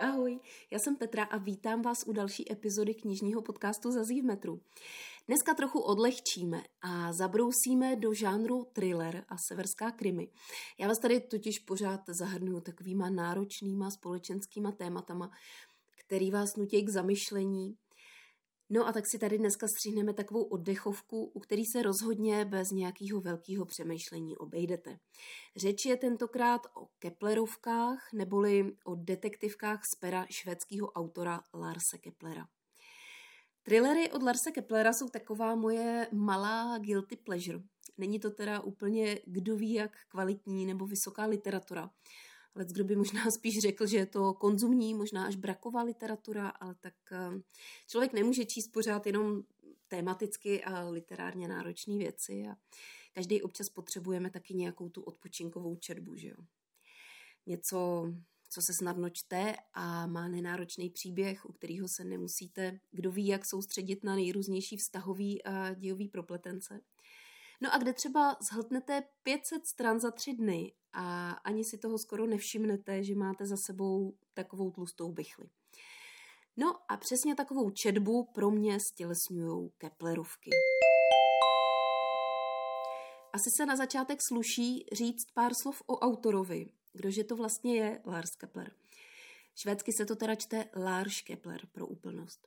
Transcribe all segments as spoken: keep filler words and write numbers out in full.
Ahoj, já jsem Petra a vítám vás u další epizody knižního podcastu Zazí v metru. Dneska trochu odlehčíme a zabrousíme do žánru thriller a severská krimi. Já vás tady totiž pořád zahrnuju takovýma náročnýma společenskýma tématama, který vás nutí k zamyšlení. No a tak si tady dneska stříhneme takovou oddechovku, u který se rozhodně bez nějakého velkého přemýšlení obejdete. Řeč je tentokrát o Keplerovkách, neboli o detektivkách z pera švédského autora Larse Keplera. Thrillery od Larse Keplera jsou taková moje malá guilty pleasure. Není to teda úplně kdo ví jak kvalitní nebo vysoká literatura. Ale kdo by možná spíš řekl, že je to konzumní, možná až braková literatura, ale tak člověk nemůže číst pořád jenom tematicky a literárně náročné věci a každý občas potřebujeme taky nějakou tu odpočinkovou četbu, že jo. Něco, co se snadno čte a má nenáročný příběh, u kterého se nemusíte, kdo ví, jak soustředit na nejrůznější vztahový a dějový propletence. No a kde třeba zhltnete pět set stran za tři dny a ani si toho skoro nevšimnete, že máte za sebou takovou tlustou bychli. No a přesně takovou četbu pro mě stělesňujou Keplerovky. Asi se na začátek sluší říct pár slov o autorovi, kdože to vlastně je Lars Kepler. Švédsky se to teda čte Lars Kepler pro úplnost.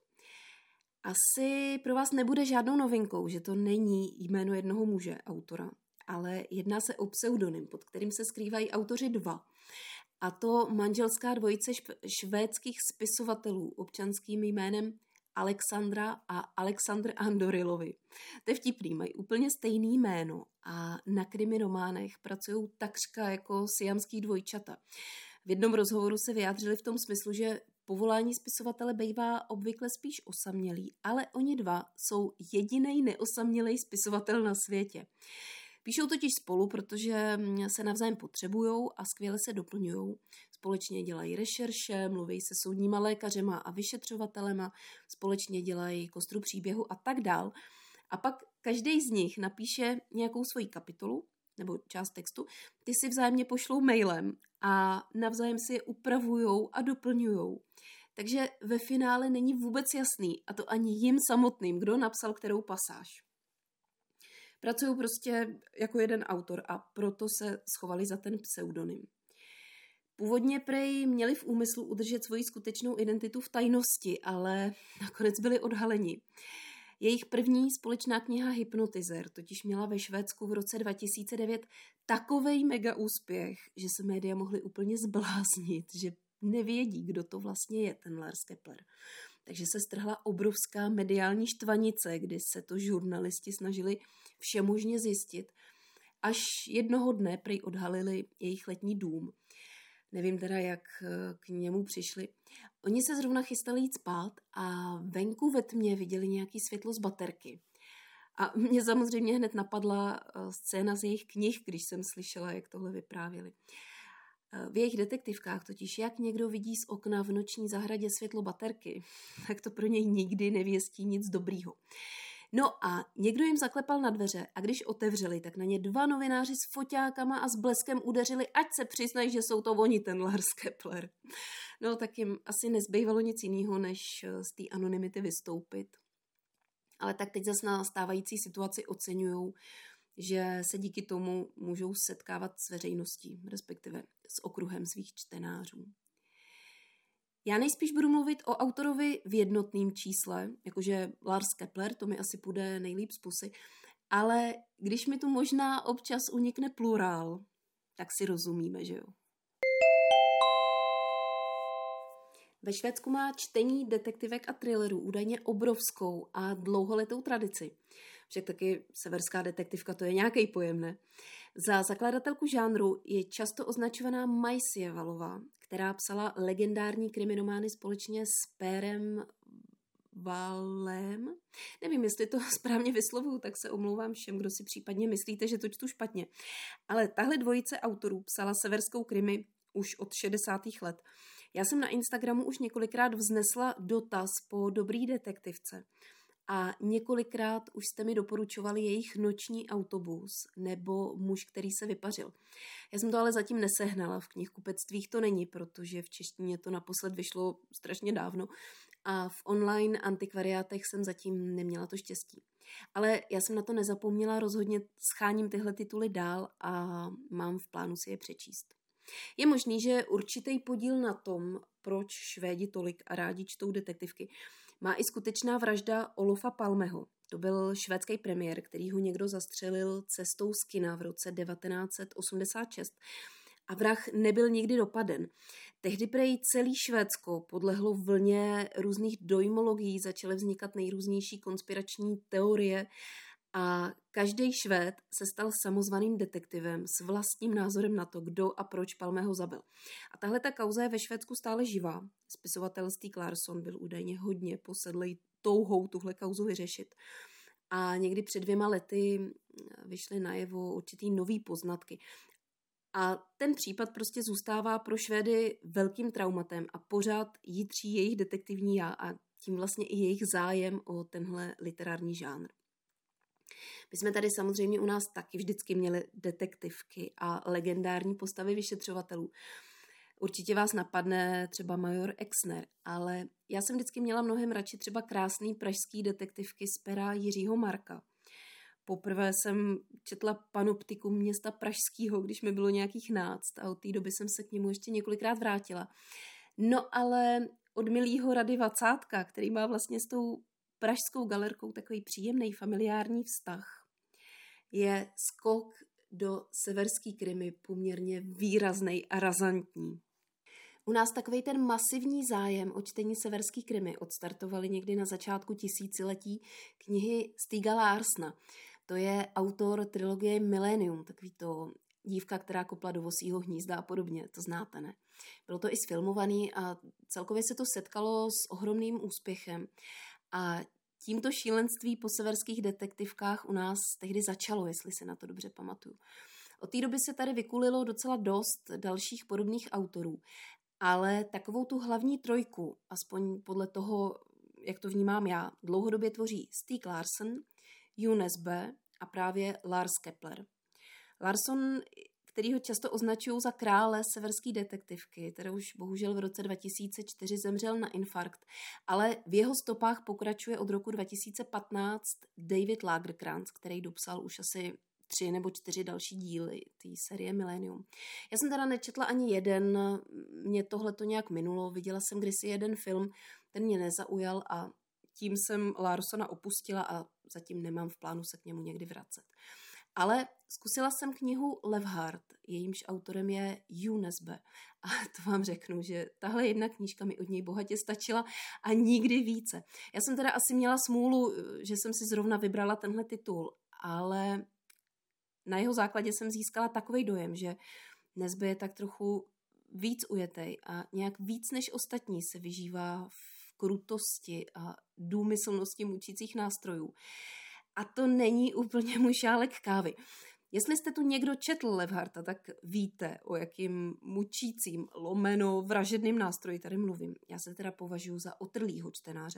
Asi pro vás nebude žádnou novinkou, že to není jméno jednoho muže, autora, ale jedná se o pseudonym, pod kterým se skrývají autoři dva. A to manželská dvojice švédských spisovatelů občanským jménem Alexandra a Alexandr Andorilovi. To je vtipný, mají úplně stejný jméno a na krimi románech pracují takřka jako siamský dvojčata. V jednom rozhovoru se vyjádřili v tom smyslu, že povolání spisovatele bývá obvykle spíš osamělý, ale oni dva jsou jedinej neosamělej spisovatel na světě. Píšou totiž spolu, protože se navzájem potřebujou a skvěle se doplňujou. Společně dělají rešerše, mluví se soudníma lékařema a vyšetřovatelema, společně dělají kostru příběhu a tak dál. A pak každý z nich napíše nějakou svoji kapitolu nebo část textu, ty si vzájemně pošlou mailem a navzájem si je upravujou a doplňujou. Takže ve finále není vůbec jasný, a to ani jim samotným, kdo napsal kterou pasáž. Pracují prostě jako jeden autor a proto se schovali za ten pseudonym. Původně prej měli v úmyslu udržet svoji skutečnou identitu v tajnosti, ale nakonec byli odhaleni. Jejich první společná kniha Hypnotizer totiž měla ve Švédsku v roce dva tisíce devět takovej mega úspěch, že se média mohly úplně zbláznit, že nevědí, kdo to vlastně je, ten Lars Kepler. Takže se strhla obrovská mediální štvanice, kdy se to žurnalisti snažili všemožně zjistit, až jednoho dne prej odhalili jejich letní dům. Nevím teda, jak k němu přišli. Oni se zrovna chystali jít spát a venku ve tmě viděli nějaký světlo z baterky. A mě samozřejmě hned napadla scéna z jejich knih, když jsem slyšela, jak tohle vyprávěli. V jejich detektivkách totiž, jak někdo vidí z okna v noční zahradě světlo baterky, tak to pro něj nikdy nevěstí nic dobrýho. No a někdo jim zaklepal na dveře a když otevřeli, tak na ně dva novináři s foťákama a s bleskem udeřili, ať se přiznají, že jsou to oni, ten Lars Kepler. No tak jim asi nezbývalo nic jiného, než z té anonymity vystoupit. Ale tak teď zase na stávající situaci oceňujou, že se díky tomu můžou setkávat s veřejností, respektive s okruhem svých čtenářů. Já nejspíš budu mluvit o autorovi v jednotném čísle, jakože Lars Kepler, to mi asi půjde nejlíp z pusy, ale když mi tu možná občas unikne plurál, tak si rozumíme, že jo. Ve Švédsku má čtení detektivek a thrillerů údajně obrovskou a dlouholetou tradici. Však taky severská detektivka, to je nějaký pojem, ne? Za zakladatelku žánru je často označovaná Maj Sjevalová, která psala legendární kriminomány společně s Pérem Valem. Nevím, jestli to správně vyslovuju, tak se omlouvám všem, kdo si případně myslíte, že to čtu špatně. Ale tahle dvojice autorů psala severskou krimi už od šedesátých let. Já jsem na Instagramu už několikrát vznesla dotaz po dobrý detektivce. A několikrát už jste mi doporučovali jejich Noční autobus nebo Muž, který se vypařil. Já jsem to ale zatím nesehnala, v knihkupectvích to není, protože v češtině to naposled vyšlo strašně dávno a v online antikvariátech jsem zatím neměla to štěstí. Ale já jsem na to nezapomněla, rozhodně scháním tyhle tituly dál a mám v plánu si je přečíst. Je možný, že určitý podíl na tom, proč Švédi tolik a rádi čtou detektivky, má i skutečná vražda Olofa Palmeho. To byl švédský premiér, který ho někdo zastřelil cestou z kina v roce devatenáct set osmdesát šest a vrah nebyl nikdy dopaden. Tehdy prej celý Švédsko podlehlo vlně různých dojmologií, začaly vznikat nejrůznější konspirační teorie a každý Švéd se stal samozvaným detektivem s vlastním názorem na to, kdo a proč Palmeho zabil. A tahle ta kauza je ve Švédsku stále živá. Spisovatel Stieg Larsson byl údajně hodně posedlej touhou tuhle kauzu vyřešit. A někdy před dvěma lety vyšly najevo určitý nový poznatky. A ten případ prostě zůstává pro Švédy velkým traumatem a pořád jitří jejich detektivní já a tím vlastně i jejich zájem o tenhle literární žánr. My jsme tady samozřejmě u nás taky vždycky měli detektivky a legendární postavy vyšetřovatelů. Určitě vás napadne třeba major Exner, ale já jsem vždycky měla mnohem radši třeba krásný pražský detektivky z pera Jiřího Marka. Poprvé jsem četla Panoptikum města pražského, když mi bylo nějakých náct a od té doby jsem se k němu ještě několikrát vrátila. No ale od milýho Rady Vacátka, který má vlastně s tou pražskou galerkou takový příjemný familiární vztah, je skok do severský krimi poměrně výraznej a razantní. U nás takovej ten masivní zájem o čtení severský krimi odstartovali někdy na začátku tisíciletí knihy Stiega Larssona. To je autor trilogie Millennium, takový to dívka, která kopla do vosího hnízda a podobně, to znáte, ne? Bylo to i sfilmovaný a celkově se to setkalo s ohromným úspěchem. A tímto šílenství po severských detektivkách u nás tehdy začalo, jestli se na to dobře pamatuju. Od té doby se tady vykulilo docela dost dalších podobných autorů, ale takovou tu hlavní trojku, aspoň podle toho, jak to vnímám já, dlouhodobě tvoří Stieg Larsson, Jo Nesbø a právě Lars Kepler. Larsson, který ho často označují za krále severské detektivky, který už bohužel v roce dva tisíce čtyři zemřel na infarkt, ale v jeho stopách pokračuje od roku dva tisíce patnáct David Lagercrantz, který dopsal už asi tři nebo čtyři další díly té série Millennium. Já jsem teda nečetla ani jeden, mě tohle to nějak minulo, viděla jsem kdysi jeden film, ten mě nezaujal a tím jsem Larssona opustila a zatím nemám v plánu se k němu někdy vracet. Ale zkusila jsem knihu Levhart, jejímž autorem je Jo Nesbø. A to vám řeknu, že tahle jedna knížka mi od něj bohatě stačila a nikdy více. Já jsem teda asi měla smůlu, že jsem si zrovna vybrala tenhle titul, ale na jeho základě jsem získala takovej dojem, že Nesbø je tak trochu víc ujetej a nějak víc než ostatní se vyžívá v krutosti a důmyslnosti mučících nástrojů. A to není úplně můj šálek kávy. Jestli jste tu někdo četl Levharta, tak víte, o jakým mučícím, lomeno, vražedným nástroji tady mluvím. Já se teda považuji za otrlýho čtenáře,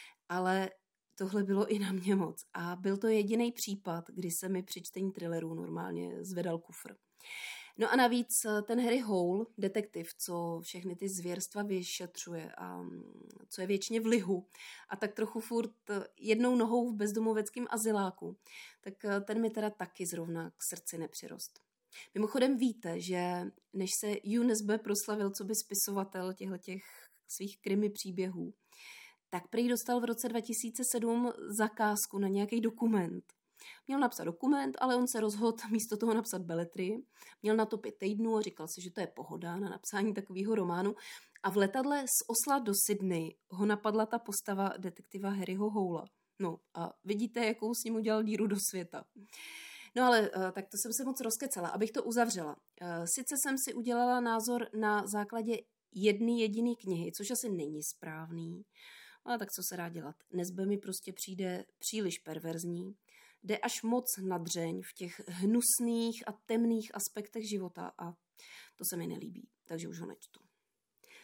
ale tohle bylo i na mě moc. A byl to jediný případ, kdy se mi při čtení thrillerů normálně zvedal kufr. No a navíc ten Harry Hole, detektiv, co všechny ty zvěrstva vyšetřuje a co je věčně v lihu a tak trochu furt jednou nohou v bezdomoveckém azyláku, tak ten mi teda taky zrovna k srdci nepřirost. Mimochodem víte, že než se Jo Nesbø proslavil coby spisovatel těchto svých krimi příběhů, tak prý dostal v roce dva tisíce sedm zakázku na nějaký dokument. Měl napsat dokument, ale on se rozhodl místo toho napsat beletrii. Měl na to pět týdnů a říkal si, že to je pohoda na napsání takového románu. A v letadle z Osla do Sydney ho napadla ta postava detektiva Harryho Holea. No a vidíte, jakou s ním udělal díru do světa. No ale tak to jsem se moc rozkecala, abych to uzavřela. Sice jsem si udělala názor na základě jedné jediné knihy, což asi není správný, ale tak co se dá dělat. Nesbø mi prostě přijde příliš perverzní. Jde až moc na dřeň v těch hnusných a temných aspektech života a to se mi nelíbí, takže už ho nečtu.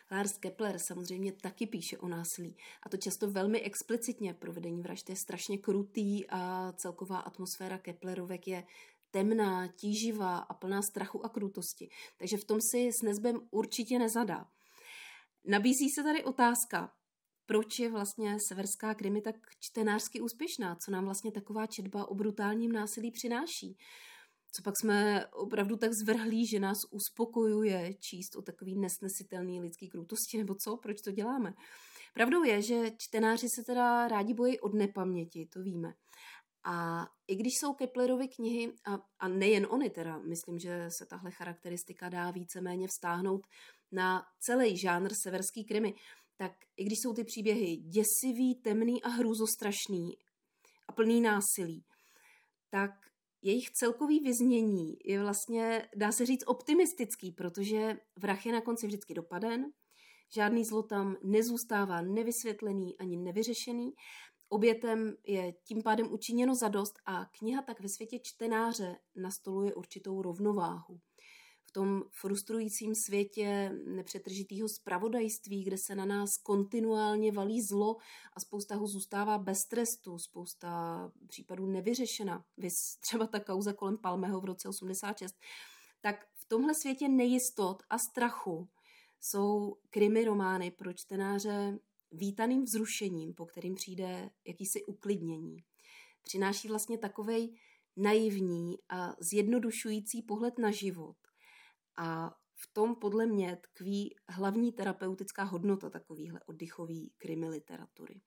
Lars Kepler samozřejmě taky píše o násilí, a to často velmi explicitně. Provedení vraždy je strašně krutý a celková atmosféra Keplerovek je temná, tíživá a plná strachu a krutosti. Takže v tom si s Nesbem určitě nezadá. Nabízí se tady otázka, proč je vlastně severská krimi tak čtenářsky úspěšná, co nám vlastně taková četba o brutálním násilí přináší. Co pak jsme opravdu tak zvrhlí, že nás uspokojuje číst o takový nesnesitelný lidský krutosti, nebo co? Proč to děláme? Pravdou je, že čtenáři se teda rádi bojí od nepaměti, to víme. A i když jsou Keplerovy knihy, a, a nejen ony teda, myslím, že se tahle charakteristika dá víceméně vztáhnout na celý žánr severský krimi, tak i když jsou ty příběhy děsivý, temný a hrůzostrašný a plný násilí, tak jejich celkový vyznění je vlastně, dá se říct, optimistický, protože vrah je na konci vždycky dopaden, žádný zlo tam nezůstává nevysvětlený ani nevyřešený, obětem je tím pádem učiněno zadost a kniha tak ve světě čtenáře nastoluje určitou rovnováhu. V tom frustrujícím světě nepřetržitého zpravodajství, kde se na nás kontinuálně valí zlo a spousta ho zůstává bez trestu, spousta případů nevyřešena, viz třeba ta kauza kolem Palmeho v roce osmdesát šest, tak v tomhle světě nejistot a strachu jsou krimi romány pro čtenáře vítaným vzrušením, po kterým přijde jakýsi uklidnění. Přináší vlastně takovej naivní a zjednodušující pohled na život. A v tom podle mě tkví hlavní terapeutická hodnota takovýhle oddychový krimi literatury.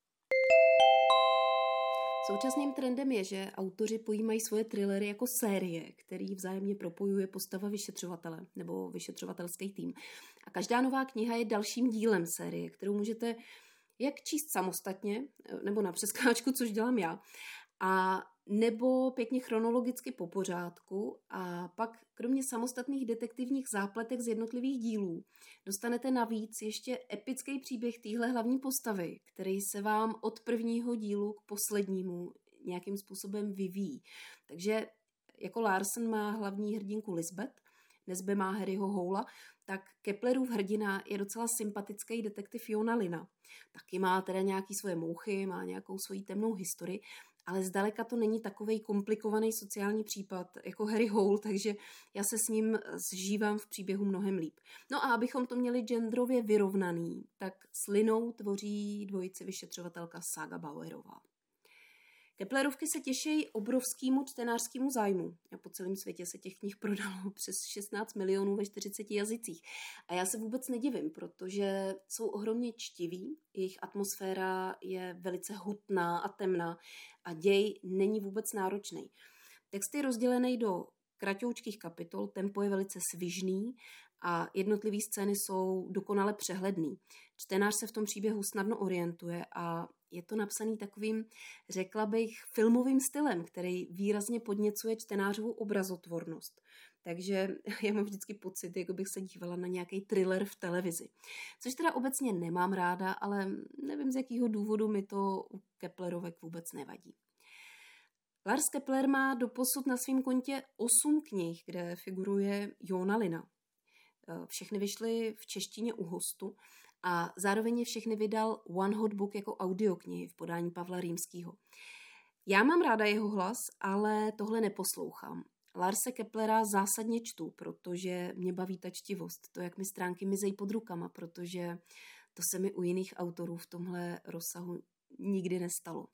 Současným trendem je, že autoři pojímají svoje thrillery jako série, který vzájemně propojuje postava vyšetřovatele nebo vyšetřovatelský tým. A každá nová kniha je dalším dílem série, kterou můžete jak číst samostatně, nebo na přeskáčku, což dělám já, a nebo pěkně chronologicky po pořádku a pak kromě samostatných detektivních zápletek z jednotlivých dílů dostanete navíc ještě epický příběh téhle hlavní postavy, který se vám od prvního dílu k poslednímu nějakým způsobem vyvíjí. Takže jako Larsen má hlavní hrdinku Lisbeth, Nesbe má Harryho Houla, tak Keplerův hrdina je docela sympatický detektiv Jona Lina. Taky má teda nějaký svoje mouchy, má nějakou svoji temnou historii, ale zdaleka to není takovej komplikovaný sociální případ jako Harry Hole, takže já se s ním zžívám v příběhu mnohem líp. No a abychom to měli genderově vyrovnaný, tak s Linou tvoří dvojici vyšetřovatelka Saga Bauerová. Keplerovky se těší obrovskému čtenářskému zájmu. A po celém světě se těch knih prodalo přes šestnáct milionů ve čtyřiceti jazycích. A já se vůbec nedivím, protože jsou ohromně čtiví, jejich atmosféra je velice hutná a temná a děj není vůbec náročný. Text je rozdělený do kratoučkých kapitol, tempo je velice svižný a jednotlivé scény jsou dokonale přehledný. Čtenář se v tom příběhu snadno orientuje a je to napsaný takovým, řekla bych, filmovým stylem, který výrazně podněcuje čtenářovou obrazotvornost. Takže já mám vždycky pocit, jako bych se dívala na nějaký thriller v televizi. Což teda obecně nemám ráda, ale nevím, z jakého důvodu mi to u Keplerovek vůbec nevadí. Lars Kepler má doposud na svém kontě osm knih, kde figuruje Jona Lina. Všechny vyšly v češtině u hostu a zároveň je všechny vydal One Hot Book jako audioknihy v podání Pavla Rýmskýho. Já mám ráda jeho hlas, ale tohle neposlouchám. Larse Keplera zásadně čtu, protože mě baví ta čtivost, to, jak mi stránky mizejí pod rukama, protože to se mi u jiných autorů v tomhle rozsahu nikdy nestalo.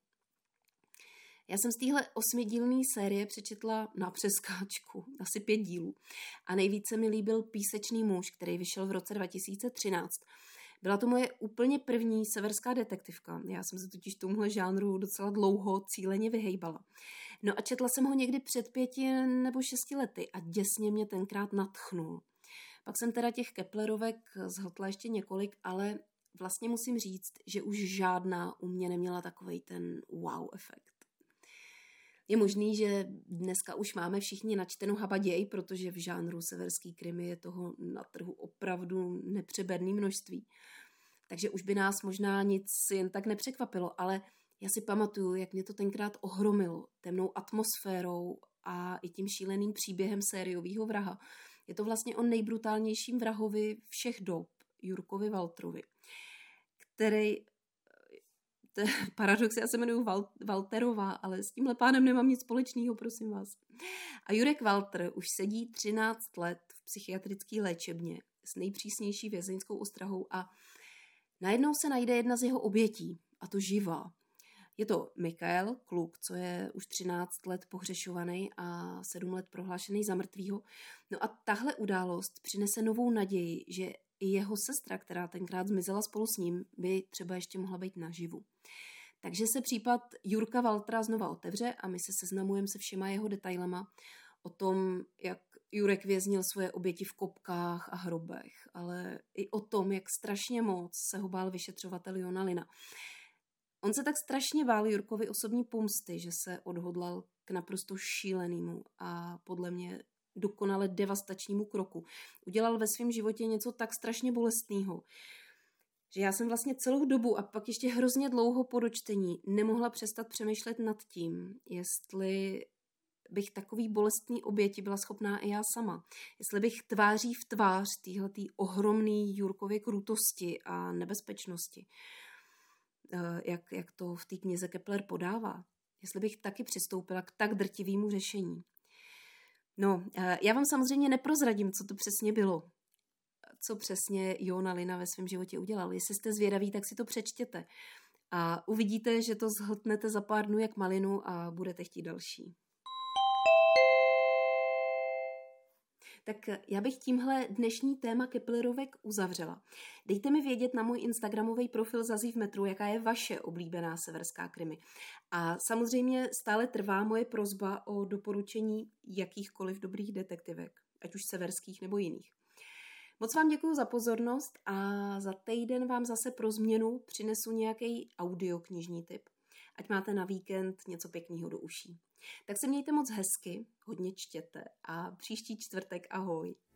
Já jsem z téhle osmidílné série přečetla na přeskáčku asi pět dílů a nejvíce mi líbil Písečný muž, který vyšel v roce dva tisíce třináct. Byla to moje úplně první severská detektivka. Já jsem se totiž tomuhle žánru docela dlouho cíleně vyhejbala. No a četla jsem ho někdy před pěti nebo šesti lety a děsně mě tenkrát nadchnul. Pak jsem teda těch Keplerovek zhltla ještě několik, ale vlastně musím říct, že už žádná u mě neměla takovej ten wow efekt. Je možný, že dneska už máme všichni načtenou habaděj, protože v žánru severský krimi je toho na trhu opravdu nepřeberné množství. Takže už by nás možná nic jen tak nepřekvapilo, ale já si pamatuju, jak mě to tenkrát ohromilo temnou atmosférou a i tím šíleným příběhem sériového vraha. Je to vlastně o nejbrutálnějším vrahovi všech dob. Jurkovi Walterovi, který, to je paradox, já se jmenuji Val, Walterová, ale s tímhle pánem nemám nic společného, prosím vás. A Jurek Walter už sedí třináct let v psychiatrické léčebně s nejpřísnější vězeňskou ostrahou a najednou se najde jedna z jeho obětí, a to živá. Je to Mikael, kluk, co je už třináct let pohřešovaný a sedm let prohlášený za mrtvýho. No a tahle událost přinese novou naději, že i jeho sestra, která tenkrát zmizela spolu s ním, by třeba ještě mohla být naživu. Takže se případ Jurka Waltera znova otevře a my se seznamujeme se všema jeho detailama o tom, jak Jurek věznil svoje oběti v kopkách a hrobech, ale i o tom, jak strašně moc se ho bál vyšetřovatel Jona Lina. On se tak strašně bál Jurkovi osobní pomsty, že se odhodlal k naprosto šílenému a podle mě dokonale devastačnímu kroku. Udělal ve svém životě něco tak strašně bolestného, že já jsem vlastně celou dobu a pak ještě hrozně dlouho po dočtení nemohla přestat přemýšlet nad tím, jestli bych takový bolestný oběti byla schopná i já sama. Jestli bych tváří v tvář téhletý ohromný Jurkově krutosti a nebezpečnosti, jak, jak to v té knize Kepler podává. Jestli bych taky přistoupila k tak drtivému řešení. No, já vám samozřejmě neprozradím, co to přesně bylo. Co přesně Jona Lina ve svém životě udělal. Jestli jste zvědaví, tak si to přečtěte. A uvidíte, že to zhltnete za pár dnů jak malinu a budete chtít další. Tak já bych tímhle dnešní téma Keplerovek uzavřela. Dejte mi vědět na můj instagramový profil Zazí v metru, jaká je vaše oblíbená severská krimi. A samozřejmě stále trvá moje prosba o doporučení jakýchkoliv dobrých detektivek, ať už severských nebo jiných. Moc vám děkuji za pozornost a za týden vám zase pro změnu přinesu nějaký audioknižní tip. Ať máte na víkend něco pěkného do uší. Tak se mějte moc hezky, hodně čtěte a příští čtvrtek ahoj.